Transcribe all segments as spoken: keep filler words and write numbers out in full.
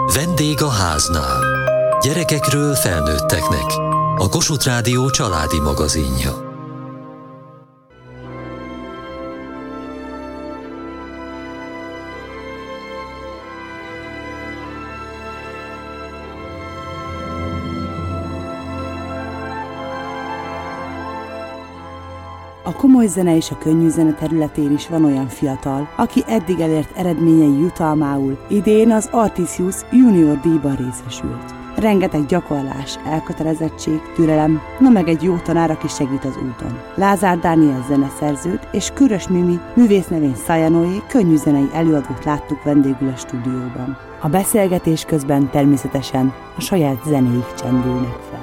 Vendég a háznál. Gyerekekről felnőtteknek. A Kossuth Rádió családi magazinja. A komoly zene és a könnyű zene területén is van olyan fiatal, aki eddig elért eredményei jutalmául idén az Artisius Junior díjban részesült. Rengeteg gyakorlás, elkötelezettség, türelem, na meg egy jó tanár, aki segít az úton. Lázár Dániel zeneszerzőt és Kürös Mimi művésznevén Szajanóé könnyű zenei előadót láttuk vendégül a stúdióban. A beszélgetés közben természetesen a saját zenéik csendülnek fel.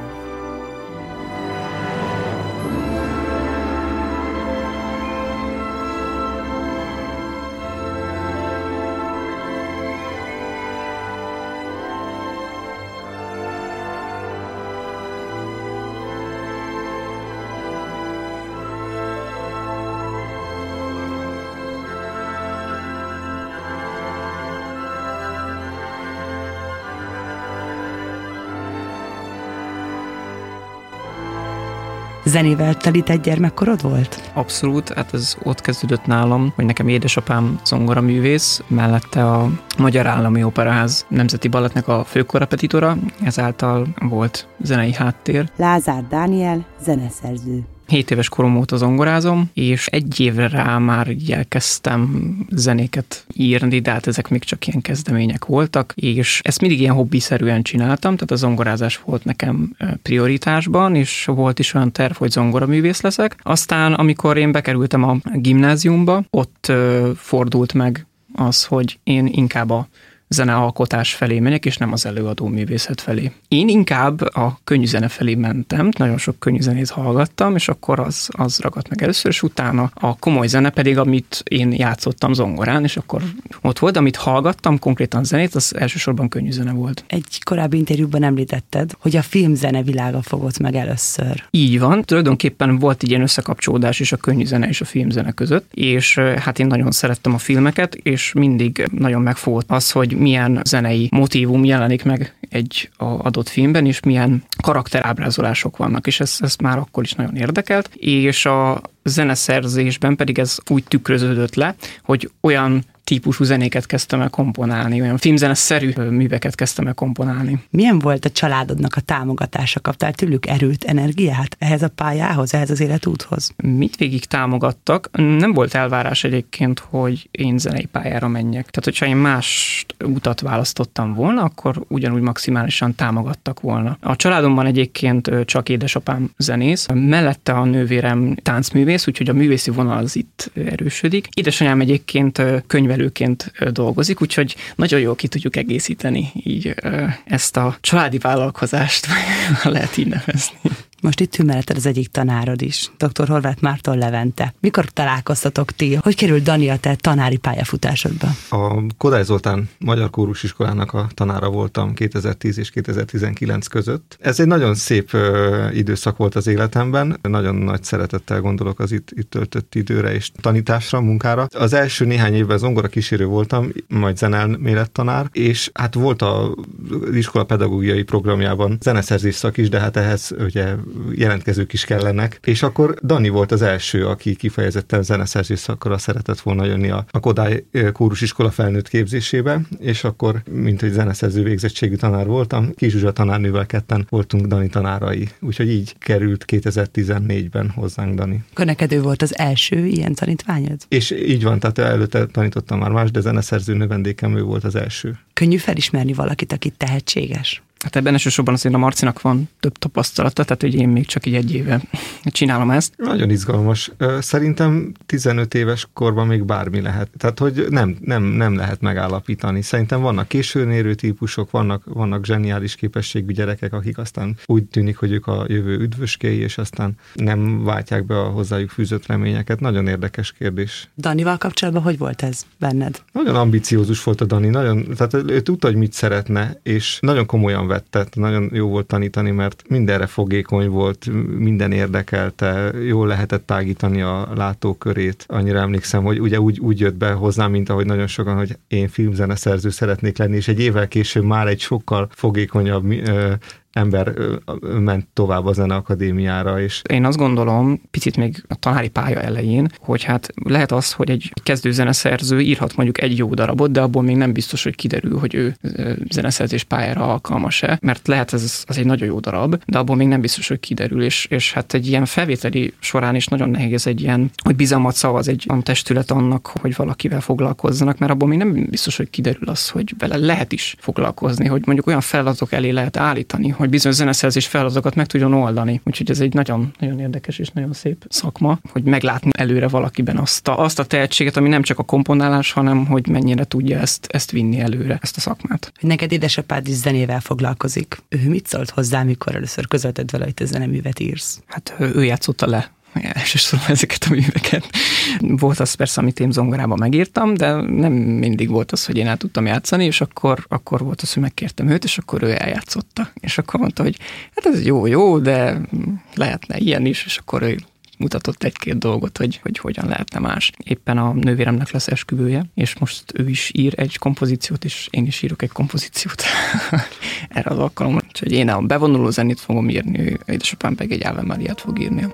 Zenével telített gyermekkorod volt? Abszolút, hát ez ott kezdődött nálam, hogy nekem édesapám zongoraművész, mellette a Magyar Állami Operaház Nemzeti Balettnek a főkorrepetitora, ezáltal volt zenei háttér. Lázár Dániel, zeneszerző. Hét éves korom óta zongorázom, és egy évre rá már így elkezdtem zenéket írni, de hát ezek még csak ilyen kezdemények voltak, és ezt mindig ilyen hobbiszerűen csináltam, tehát a zongorázás volt nekem prioritásban, és volt is olyan terv, hogy zongoraművész leszek. Aztán, amikor én bekerültem a gimnáziumba, ott fordult meg az, hogy én inkább a zenealkotás felé megyek, és nem az előadó művészet felé. Én inkább a könnyű zene felé mentem, nagyon sok könnyű zenét hallgattam, és akkor az, az ragadt meg először, és utána a komoly zene pedig, amit én játszottam zongorán, és akkor ott volt, amit hallgattam, konkrétan zenét, az elsősorban könnyű zene volt. Egy korábbi interjúban említetted, hogy a filmzene világa fogott meg először. Így van, tulajdonképpen volt egy ilyen összekapcsolódás is a könnyű zene és a filmzene között, és hát én nagyon szerettem a filmeket, és mindig nagyon megfogott az, hogy milyen zenei motívum jelenik meg egy adott filmben, és milyen karakterábrázolások vannak, és ez, ez már akkor is nagyon érdekelt, és a zeneszerzésben pedig ez úgy tükröződött le, hogy olyan típusú zenéket kezdtem el komponálni, olyan filmzeneszerű műveket kezdtem el komponálni. Milyen volt a családodnak a támogatása? Kaptál tőlük erőt, energiát ehhez a pályához, ehhez az életúthoz? Mit végig támogattak? Nem volt elvárás egyébként, hogy én zenei pályára menjek. Tehát, hogyha én más utat választottam volna, akkor ugyanúgy maximálisan támogattak volna. A családomban egyébként csak édesapám zenész, mellette a nővérem táncművész, úgyhogy a művészi vonal az itt erősödik. Édesanyám egyébként könyvelőként dolgozik, úgyhogy nagyon jól ki tudjuk egészíteni így ezt a családi vállalkozást, lehet így nevezni. Most itt ül melletted az egyik tanárod is, dr. Horváth Márton Levente. Mikor találkoztatok ti? Hogy került Dani a te tanári pályafutásodba? A Kodály Zoltán Magyar Kórusiskolának a tanára voltam kétezer-tíz és kétezer-tizenkilenc között. Ez egy nagyon szép ö, időszak volt az életemben. Nagyon nagy szeretettel gondolok az itt, itt töltött időre és tanításra, munkára. Az első néhány évben zongora kísérő voltam, majd zeneelmélettanár, és hát volt az iskola pedagógiai programjában zeneszerzés szak is, de hát ehhez ugye jelentkezők is kellenek, és akkor Dani volt az első, aki kifejezetten zeneszerzés szakra szeretett volna jönni a, a Kodály Kórusiskola felnőtt képzésébe, és akkor, mint hogy zeneszerző végzettségű tanár voltam, Kis Zsuzsa tanárnővel ketten voltunk Dani tanárai, úgyhogy így került kétezer-tizennégyben hozzánk Dani. Akkor neked ő volt az első ilyen tanítványod? És így van, tehát előtte tanítottam már más, de zeneszerző növendékem ő volt az első. Könnyű felismerni valakit, aki tehetséges? Hát ebben elsősorban azért a Marcinak van több tapasztalata, tehát hogy én még csak így egy éve csinálom ezt. Nagyon izgalmas. Szerintem tizenöt éves korban még bármi lehet. Tehát, hogy nem, nem, nem lehet megállapítani. Szerintem vannak későn érő típusok, vannak, vannak zseniális képességű gyerekek, akik aztán úgy tűnik, hogy ők a jövő üdvöskéi, és aztán nem váltják be a hozzájuk fűzött reményeket. Nagyon érdekes kérdés. Danival kapcsolatban hogy volt ez benned? Nagyon ambiciózus volt a Dani, nagyon, tehát ő tudta, hogy mit szeretne, és nagyon komolyan élvezte, nagyon jó volt tanítani, mert mindenre fogékony volt, minden érdekelte, jól lehetett tágítani a látókörét. Annyira emlékszem, hogy ugye úgy, úgy jött be hozzám, mint ahogy nagyon sokan, hogy én filmzeneszerző szeretnék lenni, és egy évvel később már egy sokkal fogékonyabb ö, ember ment tovább a Zeneakadémiára. És én azt gondolom, picit még a tanári pálya elején, hogy hát lehet az, hogy egy kezdő zeneszerző írhat mondjuk egy jó darabot, de abból még nem biztos, hogy kiderül, hogy ő zeneszerzés pályára alkalmas-e, mert lehet ez az egy nagyon jó darab, de abból még nem biztos, hogy kiderül, és, és hát egy ilyen felvételi során is nagyon nehéz egy ilyen, hogy bizalmat szavaz egy olyan testület annak, hogy valakivel foglalkozzanak, mert abból még nem biztos, hogy kiderül az, hogy vele lehet is foglalkozni, hogy mondjuk olyan feladatok elé lehet állítani, hogy bizonyos zeneszerzés feladatokat meg tudjon oldani. Úgyhogy ez egy nagyon, nagyon érdekes és nagyon szép szakma, hogy meglátni előre valakiben azt a, azt a tehetséget, ami nem csak a komponálás, hanem hogy mennyire tudja ezt, ezt vinni előre, ezt a szakmát. Hogy neked édesapád is zenével foglalkozik. Ő mit szólt hozzá, mikor először közölted vele, hogy te zeneművet írsz? Hát ő játszotta le elsősorban ezeket a műveket. Volt az persze, amit én zongorában megírtam, de nem mindig volt az, hogy én el tudtam játszani, és akkor, akkor volt az, hogy megkértem őt, és akkor ő eljátszotta. És akkor mondta, hogy hát ez jó, jó, de lehetne ilyen is, és akkor ő mutatott egy-két dolgot, hogy, hogy hogyan lehetne más. Éppen a nővéremnek lesz esküvője, és most ő is ír egy kompozíciót, és én is írok egy kompozíciót erre az alkalomra. Úgyhogy én a bevonuló zenét fogom írni, ő, édesapám pedig egy Ave Mariát fog írni.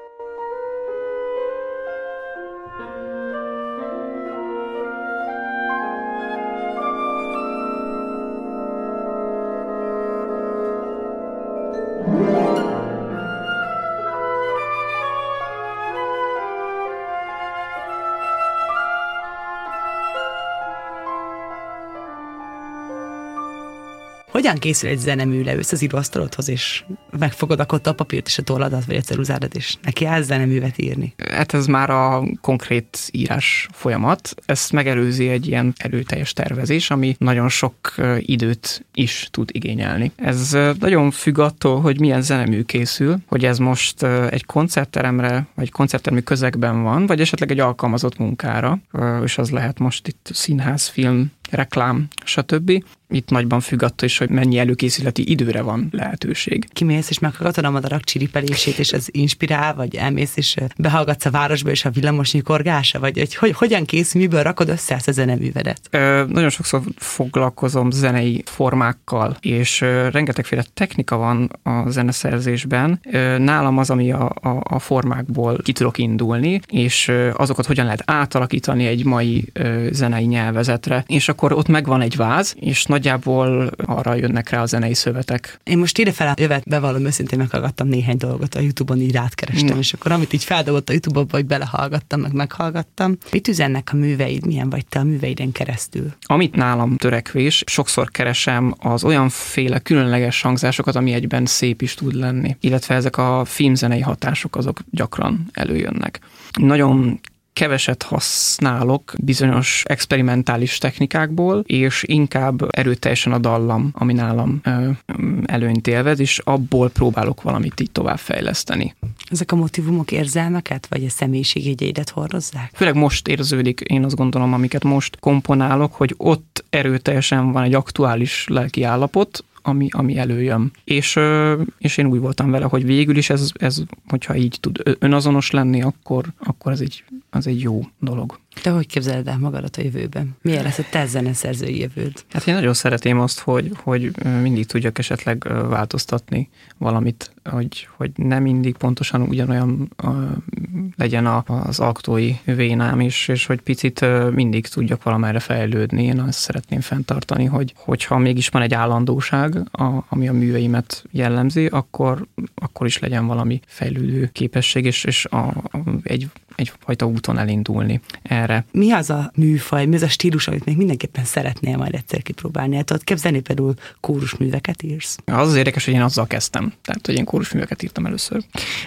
Hogyan készül egy zenemű? Leülsz az íróasztalodhoz, és megfogod akkor a papírt és a tolladat, vagy a ceruzádat, és neki állsz zeneművet írni? Hát ez már a konkrét írás folyamat. Ezt megelőzi egy ilyen erőteljes tervezés, ami nagyon sok időt is tud igényelni. Ez nagyon függ attól, hogy milyen zenemű készül, hogy ez most egy koncertteremre, vagy koncerttermi közegben van, vagy esetleg egy alkalmazott munkára, és az lehet most itt színház, film, reklám, stb. Itt nagyban függ attól is, hogy mennyi előkészületi időre van lehetőség. Kimész és meghallgatod a madarak csiripelését, és az inspirál, vagy elmész és behallgatsz a városba, és a villamos nyikorgása, vagy hogy, hogy hogyan készül, miből rakod össze ezt a zeneművedet? Ö, nagyon sokszor foglalkozom zenei formákkal, és ö, rengetegféle technika van a zeneszerzésben. Ö, nálam az, ami a, a, a formákból ki tudok indulni, és ö, azokat hogyan lehet átalakítani egy mai ö, zenei nyelvezetre, és akkor ott megvan egy váz, és nagyjából arra jönnek rá a zenei szövetek. Én most idefele jövet bevallom, őszintén meghallgattam néhány dolgot a YouTube-on, így rátkerestem, és akkor amit így feldobott a YouTube-ba, hogy belehallgattam, meg meghallgattam. Mit üzennek a műveid, milyen vagy te a műveiden keresztül? Amit nálam törekvés, sokszor keresem az olyanféle különleges hangzásokat, ami egyben szép is tud lenni, illetve ezek a filmzenei hatások azok gyakran előjönnek. Nagyon keveset használok bizonyos experimentális technikákból, és inkább erőteljesen a dallam, ami nálam ö, előnyt élvez, és abból próbálok valamit így továbbfejleszteni. Ezek a motivumok érzelmeket, vagy a személyiségjegyeidet hordozzák? Főleg most érződik, én azt gondolom, amiket most komponálok, hogy ott erőteljesen van egy aktuális lelki állapot, ami, ami előjön. És, és én úgy voltam vele, hogy végül is ez, ez hogyha így tud önazonos lenni, akkor, akkor ez egy, az egy jó dolog. Te hogy képzeled el magadat a jövőben? Milyen lesz a te zeneszerzői jövőd? Hát én nagyon szeretném azt, hogy, hogy mindig tudjak esetleg változtatni valamit, hogy, hogy nem mindig pontosan ugyanolyan uh, legyen a, az alkotói vénám is, és hogy picit uh, mindig tudjak valamerre fejlődni. Én azt szeretném fenntartani, hogy hogyha mégis van egy állandóság, a, ami a műveimet jellemzi, akkor, akkor is legyen valami fejlődő képesség, és, és a, a, egy egyfajta úton elindulni erre. Mi az a műfaj, mi az a stílus, amit még mindenképpen szeretnél majd egyszer kipróbálni? Hát tudod képzelni, például kórusműveket írsz? Az az érdekes, hogy én azzal kezdtem. Tehát, hogy én kórusműveket írtam először.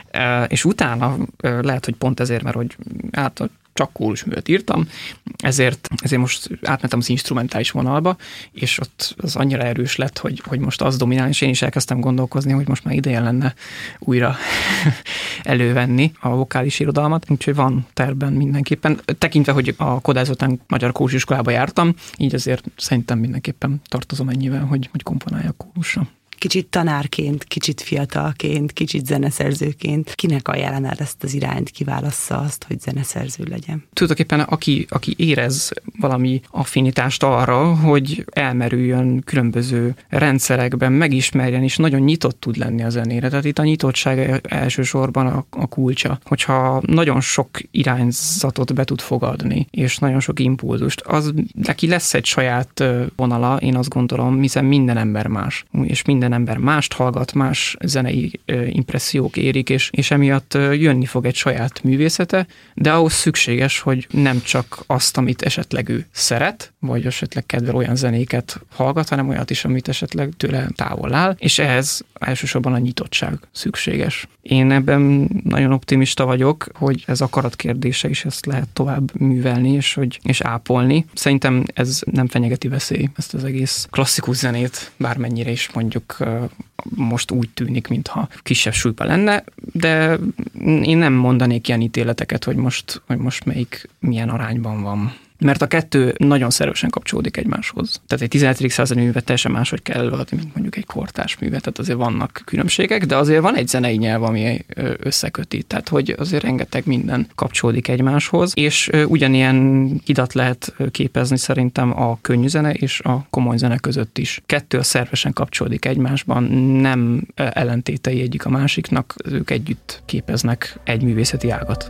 És utána lehet, hogy pont ezért, mert hogy át csak kórusművet írtam, ezért, ezért most átmentem az instrumentális vonalba, és ott az annyira erős lett, hogy, hogy most az dominál, és én is elkezdtem gondolkozni, hogy most már ideje lenne újra elővenni a vokális irodalmat, úgyhogy van tervben mindenképpen. Tekintve, hogy a Kodály Zoltán Magyar Kórusiskolába jártam, így azért szerintem mindenképpen tartozom ennyivel, hogy, hogy komponáljak kórusra. kicsit tanárként, kicsit fiatalként, kicsit zeneszerzőként kinek ajánlanád ezt az irányt, kiválassza azt, hogy zeneszerző legyen? Tulajdonképpen aki, aki érez valami affinitást arra, hogy elmerüljön különböző rendszerekben, megismerjen, és nagyon nyitott tud lenni a zenére. Tehát itt a nyitottság elsősorban a, a kulcsa. Hogyha nagyon sok irányzatot be tud fogadni, és nagyon sok impulzust, az neki lesz egy saját vonala, én azt gondolom, hiszen minden ember más. És minden ember mást hallgat, más zenei impressziók érik, és, és emiatt jönni fog egy saját művészete, de ahhoz szükséges, hogy nem csak azt, amit esetleg ő szeret, vagy esetleg kedvel olyan zenéket hallgat, hanem olyat is, amit esetleg tőle távol áll, és ehhez elsősorban a nyitottság szükséges. Én ebben nagyon optimista vagyok, hogy ez akarat kérdése is, ezt lehet tovább művelni, és, hogy, és ápolni. Szerintem ez nem fenyegeti veszély, ezt az egész klasszikus zenét, bármennyire is mondjuk most úgy tűnik, mintha kisebb súlyban lenne, de én nem mondanék ilyen ítéleteket, hogy most, hogy most melyik milyen arányban van. Mert a kettő nagyon szervesen kapcsolódik egymáshoz. Tehát egy tizenhetedik századi művet teljesen máshogy kell előadni, mint mondjuk egy kortárs művet. Tehát azért vannak különbségek, de azért van egy zenei nyelv, ami összeköti. Tehát, hogy azért rengeteg minden kapcsolódik egymáshoz, és ugyanilyen hidat lehet képezni szerintem a könnyű zene és a komoly zene között is. Kettő szervesen kapcsolódik egymásban, nem ellentétei egyik a másiknak, ők együtt képeznek egy művészeti ágat.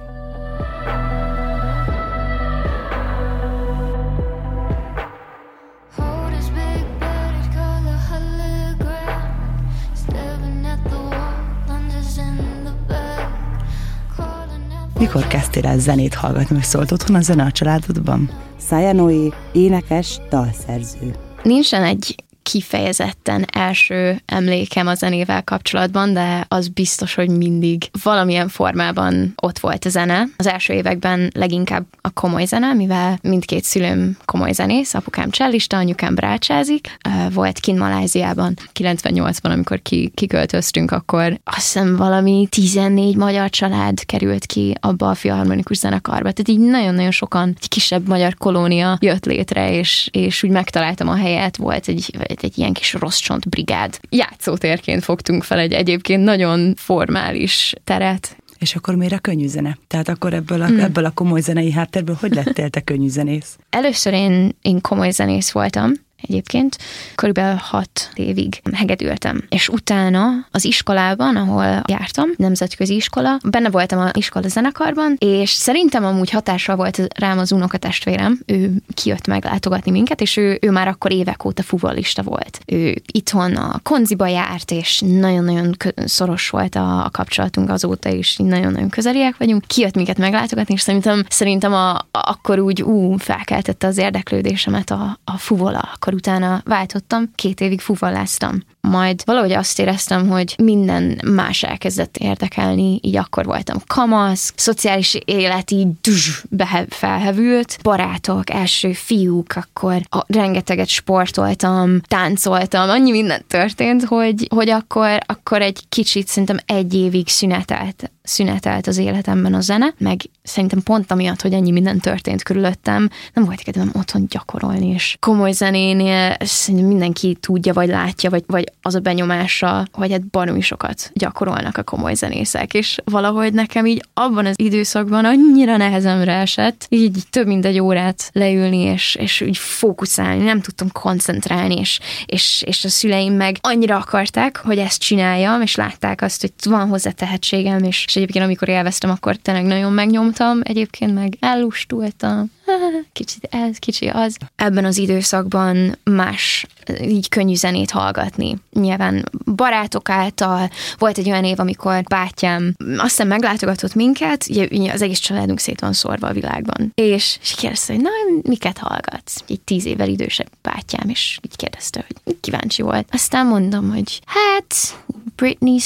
Mikor kezdtél el zenét hallgatni, vagy szólt otthon a zene a családodban? Szája Noé, énekes, dalszerző. Nincsen egy kifejezetten első emlékem a zenével kapcsolatban, de az biztos, hogy mindig valamilyen formában ott volt a zene. Az első években leginkább a komoly zene, mivel mindkét szülőm komoly zenész, apukám csellista, anyukám brácsázik. Volt kint Maláziában kilencvennyolcban, amikor ki, kiköltöztünk, akkor azt hiszem valami tizennégy magyar család került ki abba a filharmonikus zenekarba. Tehát így nagyon-nagyon sokan, egy kisebb magyar kolónia jött létre, és, és úgy megtaláltam a helyet, volt egy egy ilyen kis rossz csont brigád. Játszótérként fogtunk fel egy egyébként nagyon formális teret. És akkor miért a könnyű zene? Tehát akkor ebből a, mm. ebből a komoly zenei háttérből hogy lettél te könnyű zenész? Először én, én komoly zenész voltam, egyébként. Körülbelül hat évig hegedültem. És utána az iskolában, ahol jártam, nemzetközi iskola, benne voltam az iskola zenekarban, és szerintem amúgy hatással volt rám az unokatestvérem. Ő kijött meglátogatni minket, és ő, ő már akkor évek óta fuvolista volt. Ő itthon a konziba járt, és nagyon-nagyon szoros volt a, a kapcsolatunk azóta is, nagyon-nagyon közeliek vagyunk. Kijött minket meglátogatni, és szerintem, szerintem a, a, akkor úgy ú, felkeltette az érdeklődésemet a, a fuvola. Akkor utána váltottam, két évig fuvalláztam. Majd valahogy azt éreztem, hogy minden más elkezdett érdekelni, így akkor voltam kamasz, szociális élet így behe- felhevült, barátok, első fiúk, akkor a, rengeteget sportoltam, táncoltam, annyi minden történt, hogy, hogy akkor, akkor egy kicsit, szerintem egy évig szünetelt, szünetelt az életemben a zene, meg szerintem pont amiatt, hogy ennyi minden történt körülöttem, nem volt kedvem otthon gyakorolni, és komoly zenénél szerintem mindenki tudja, vagy látja, vagy, vagy az a benyomása, hogy hát baromi sokat gyakorolnak a komoly zenészek, és valahogy nekem így abban az időszakban annyira nehezemre esett, így több mint egy órát leülni, és, és úgy fókuszálni, nem tudtam koncentrálni, és, és, és a szüleim meg annyira akarták, hogy ezt csináljam, és látták azt, hogy van hozzá tehetségem, és, és egyébként amikor élveztem, akkor tényleg nagyon megnyomtam, egyébként meg ellustultam, kicsit ez, kicsi az. Ebben az időszakban más így könnyű zenét hallgatni. Nyilván barátok által volt egy olyan év, amikor bátyám aztán meglátogatott minket, ugye az egész családunk szét van szórva a világban. És, és kérdezte, hogy na, miket hallgatsz? Egy tíz évvel idősebb bátyám, és így kérdezte, hogy kíváncsi volt. Aztán mondom, hogy hát Britney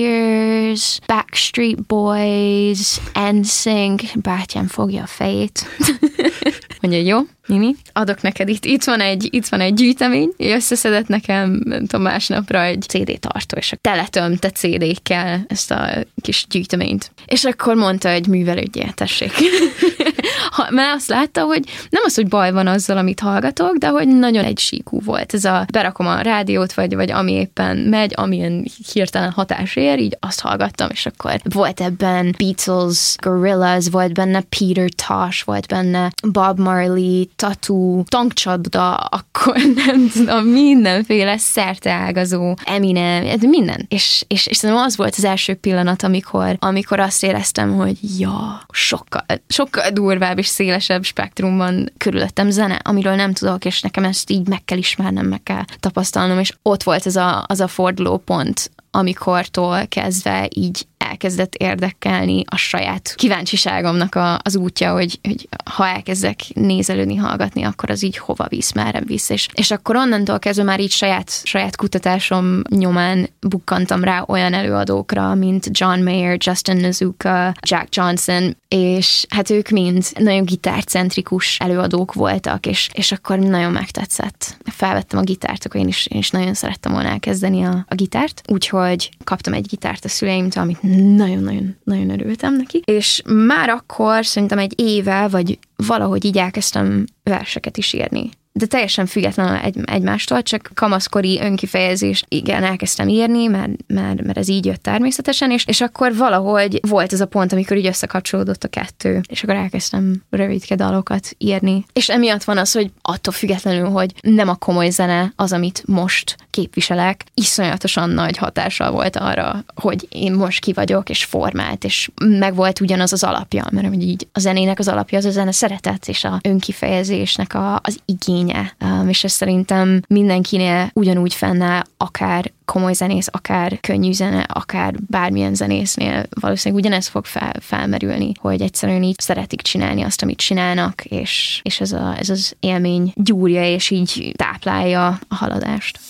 Spears, Backstreet Boys, N Sync, bátyám fogja a fejét. Mondja, jó, Nini, adok neked itt, itt van egy, itt van egy gyűjtemény, összeszedett nekem, nem tudom, másnapra egy cé dé tartó, és teletömte cé dékkel ezt a kis gyűjteményt. És akkor mondta, hogy művelődjél, tessék. ha, mert azt látta, hogy nem az, hogy baj van azzal, amit hallgatok, de hogy nagyon egysíkú volt. Ez a berakom a rádiót, vagy, vagy ami éppen megy, amilyen hirtelen hatás ér, így azt hallgattam, és akkor volt ebben Beatles, Gorillaz, volt benne Peter Tosh, volt benne Bob Marley, Tatu, tankcsapda, akkor nem tudom, mindenféle szerteágazó, Eminem, minden. És, és, és szerintem az volt az első pillanat, amikor, amikor azt éreztem, hogy ja, sokkal, sokkal durvább és szélesebb spektrumban körülöttem zene, amiről nem tudok, és nekem ezt így meg kell ismernem, meg kell tapasztalnom, és ott volt ez a, az a fordulópont, amikortól kezdve így elkezdett érdekelni a saját kíváncsiságomnak a, az útja, hogy, hogy ha elkezdek nézelődni, hallgatni, akkor az így hova visz, merre visz. És, és akkor onnantól kezdve már így saját, saját kutatásom nyomán bukkantam rá olyan előadókra, mint John Mayer, Justin Nozuka, Jack Johnson, és hát ők mind nagyon gitárcentrikus előadók voltak, és, és akkor nagyon megtetszett. Felvettem a gitárt, akkor én is, én is nagyon szerettem volna elkezdeni a, a gitárt, úgyhogy kaptam egy gitárt a szüleimtől, amit nagyon-nagyon nagyon örültem neki, és már akkor szerintem egy éve, vagy valahogy így elkezdtem verseket is írni. De teljesen függetlenül egy, egymástól, csak kamaszkori önkifejezést igen, elkezdtem írni, mert, mert, mert ez így jött természetesen, és, és akkor valahogy volt ez a pont, amikor így összekapcsolódott a kettő, és akkor elkezdtem rövidke dalokat írni. És emiatt van az, hogy attól függetlenül, hogy nem a komoly zene az, amit most képviselek, iszonyatosan nagy hatással volt arra, hogy én most ki vagyok, és formált, és meg volt ugyanaz az alapja, mert hogy így a zenének az alapja az a zene szeretet, és a önkifejezésnek a, az igény. Um, és ez szerintem mindenkinél ugyanúgy fennáll, akár komoly zenész, akár könnyű zene, akár bármilyen zenésznél valószínűleg ugyanez fog fel, felmerülni, hogy egyszerűen így szeretik csinálni azt, amit csinálnak, és, és ez, a, ez az élmény gyúrja, és így táplálja a haladást.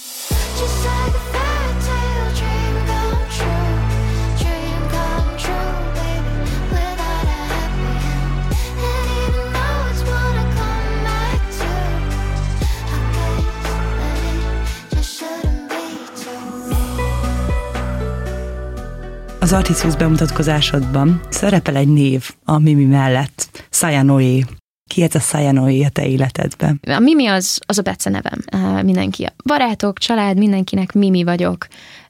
Az Artisius bemutatkozásodban szerepel egy név a Mimi mellett, Saya Noé. Ki ez a Saya Noé a te életedben? A Mimi az, az a becenevem. Mindenki a barátok, család, mindenkinek Mimi vagyok.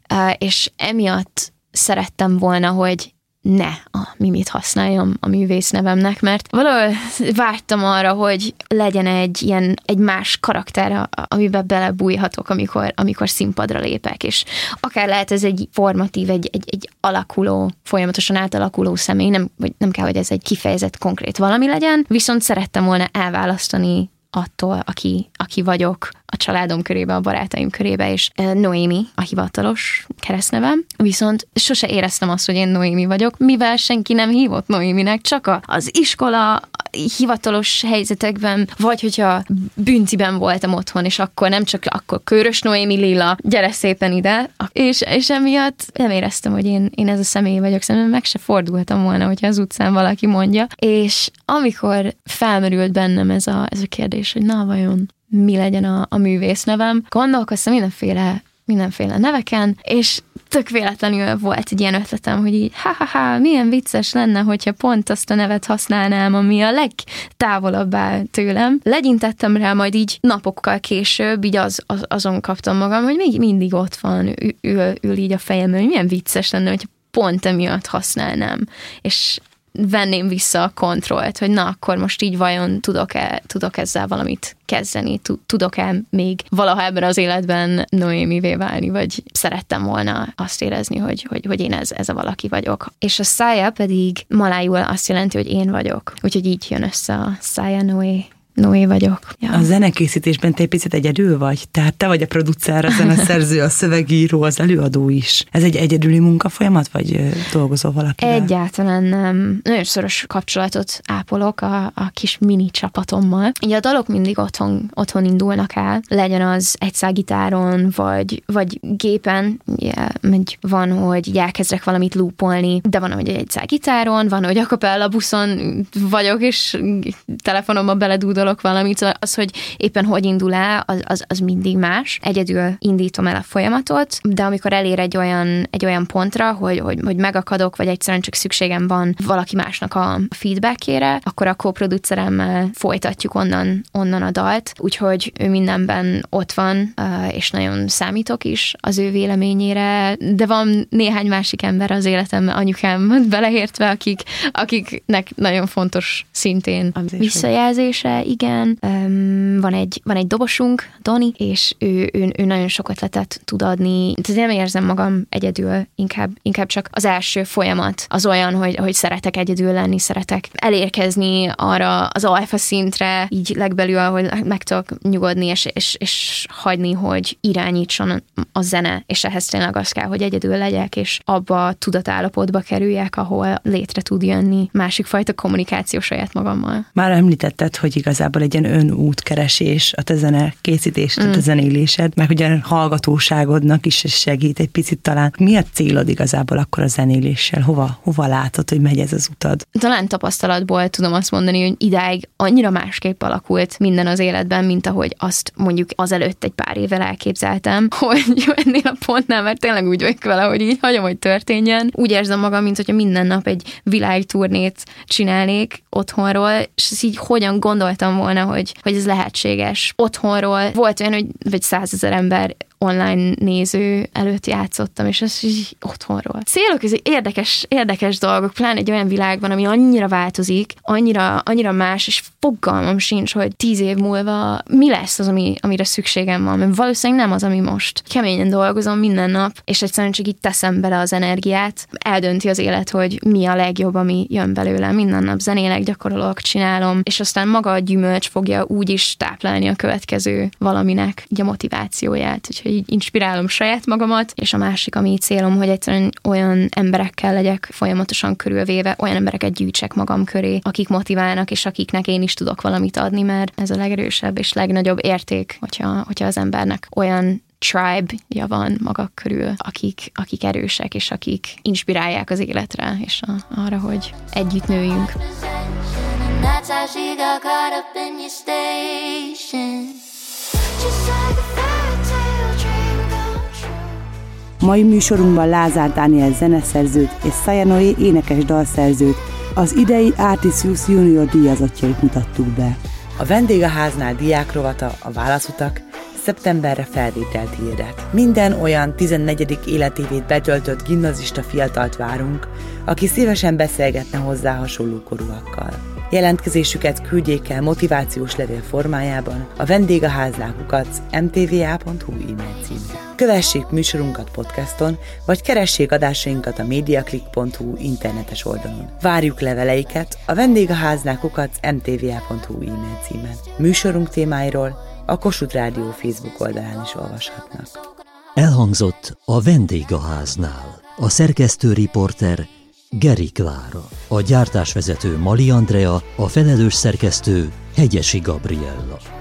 És emiatt szerettem volna, hogy ne a Mimit használjam a művész nevemnek, mert valahol vártam arra, hogy legyen egy ilyen, egy más karakter, amiben belebújhatok, amikor, amikor színpadra lépek, és akár lehet ez egy formatív, egy, egy, egy alakuló, folyamatosan átalakuló személy, nem, nem kell, hogy ez egy kifejezett konkrét valami legyen, viszont szerettem volna elválasztani attól, aki, aki vagyok a családom körébe, a barátaim körébe, és Noémi a hivatalos keresztnevem, viszont sose éreztem azt, hogy én Noémi vagyok, mivel senki nem hívott Noéminek, csak az iskola hivatalos helyzetekben, vagy hogyha bünciben voltam otthon, és akkor nem csak akkor Körös Noémi Lila, gyere szépen ide, és, és emiatt nem éreztem, hogy én, én ez a személy vagyok, szerintem meg se fordultam volna, hogyha az utcán valaki mondja, és amikor felmerült bennem ez a, ez a kérdés, hogy na vajon mi legyen a, a művész nevem, gondolkoztam mindenféle, mindenféle neveken, és tök véletlenül volt egy ilyen ötletem, hogy így ha-ha-ha, milyen vicces lenne, hogyha pont azt a nevet használnám, ami a legtávolabb áll tőlem. Legyintettem rá, majd így napokkal később, így az, az, azon kaptam magam, hogy még mindig ott van, ül, ül így a fejemben, hogy milyen vicces lenne, hogyha pont emiatt használnám. És venném vissza a kontrollt, hogy na, akkor most így vajon tudok-e, tudok ezzel valamit kezdeni, tudok-e még valaha ebben az életben Noémivé válni, vagy szerettem volna azt érezni, hogy, hogy, hogy én ez, ez a valaki vagyok. És a Saya pedig malájul azt jelenti, hogy én vagyok. Úgyhogy így jön össze a Saya Noé. Noé vagyok. Ja. A zenekészítésben te egy picit egyedül vagy? Tehát te vagy a producer, a zeneszerző, a szövegíró, az előadó is. Ez egy egyedüli munkafolyamat, vagy dolgozol valakivel? Egyáltalán nem. Nagyon szoros kapcsolatot ápolok a, a kis mini csapatommal. Ugye a dalok mindig otthon, otthon indulnak el, legyen az egy szágitáron, vagy, vagy gépen. Ugye, van, hogy elkezdek valamit loopolni, de van, hogy egy szágitáron, van, hogy a capella buszon vagyok, és telefonomba beledúdolok gondolok valamit, az, hogy éppen hogy indul el, az, az, az mindig más. Egyedül indítom el a folyamatot, de amikor elér egy olyan, egy olyan pontra, hogy, hogy, hogy megakadok, vagy egyszerűen csak szükségem van valaki másnak a feedbackjére, akkor a co-produceremmel folytatjuk onnan, onnan a dalt, úgyhogy ő mindenben ott van, és nagyon számítok is az ő véleményére, de van néhány másik ember az életemben, anyukám beleértve, akik, akiknek nagyon fontos szintén a visszajelzése, igen. Van egy, van egy dobosunk, Doni, és ő, ő, ő nagyon sok ötletet tud adni. Tehát nem érzem magam egyedül, inkább, inkább csak az első folyamat az olyan, hogy, hogy szeretek egyedül lenni, szeretek elérkezni arra az alfa szintre, így legbelül, hogy meg tudok nyugodni, és, és, és hagyni, hogy irányítson a zene, és ehhez tényleg az kell, hogy egyedül legyek, és abba a tudatállapotba kerüljek, ahol létre tud jönni másik fajta kommunikáció saját magammal. Már említetted, hogy igazából egy ilyen önútkeresés a te zene készítésed, mm. a te zenélésed, meg ugye a hallgatóságodnak is segít egy picit talán. Mi a célod igazából akkor a zenéléssel? Hova, hova látod, hogy megy ez az utad? Talán tapasztalatból tudom azt mondani, hogy idáig annyira másképp alakult minden az életben, mint ahogy azt mondjuk azelőtt egy pár évvel elképzeltem, hogy ennél a pontnál, mert tényleg úgy vagyok vele, hogy így hagyom, hogy történjen. Úgy érzem magam, mint hogyha minden nap egy világturnét csinálnék otthonról, és ezt így hogyan gondoltam volna, hogy, hogy ez lehetséges. Otthonról volt olyan, hogy vagy százezer ember online néző előtt játszottam, és ez így otthonról. Célok, ez érdekes, érdekes dolgok, pláne egy olyan világban, ami annyira változik, annyira, annyira más, és fogalmam sincs, hogy tíz év múlva mi lesz az, ami, amire szükségem van, mert valószínűleg nem az, ami most. Keményen dolgozom minden nap, és egyszerűen csak így teszem bele az energiát, eldönti az élet, hogy mi a legjobb, ami jön belőle. Minden nap zenélek, gyakorolok, csinálom, és aztán maga a gyümölcs fogja úgy is táplálni a következő valaminek így a motivációját. Úgyhogy így inspirálom saját magamat, és a másik, ami célom, hogy egyszerűen olyan emberekkel legyek folyamatosan körülvéve, olyan embereket gyűjtsek magam köré, akik motiválnak, és akiknek én is tudok valamit adni, mert ez a legerősebb és legnagyobb érték, hogyha, hogyha az embernek olyan tribe-ja van maga körül, akik, akik erősek, és akik inspirálják az életre, és a, arra, hogy együtt nőjünk. Mai műsorunkban Lázár Dániel zeneszerzőt és Saja Noé énekes dalszerzőt, az idei Artisius Junior díjazottjait mutattuk be. A Vendégháznál diákrovata, a Válaszutak szeptemberre felvételt hirdet. Minden olyan tizennegyedik életévét betöltött gimnazista fiatalt várunk, aki szívesen beszélgetne hozzá hasonló korúakkal. Jelentkezésüket küldjék el motivációs levél formájában a vendégháznál kukac em té vé á pont hú e-mail címre. Kövessék műsorunkat podcaston, vagy keressék adásainkat a mediaclick pont hú internetes oldalon. Várjuk leveleiket a vendégháznál kukac em té vé á pont hú e-mail címen. Műsorunk témáiról a Kossuth Rádió Facebook oldalán is olvashatnak. Elhangzott a Vendégháznál. A szerkesztő riporter Geri Klára, a gyártásvezető Mali Andrea, a felelős szerkesztő Hegyesi Gabriella.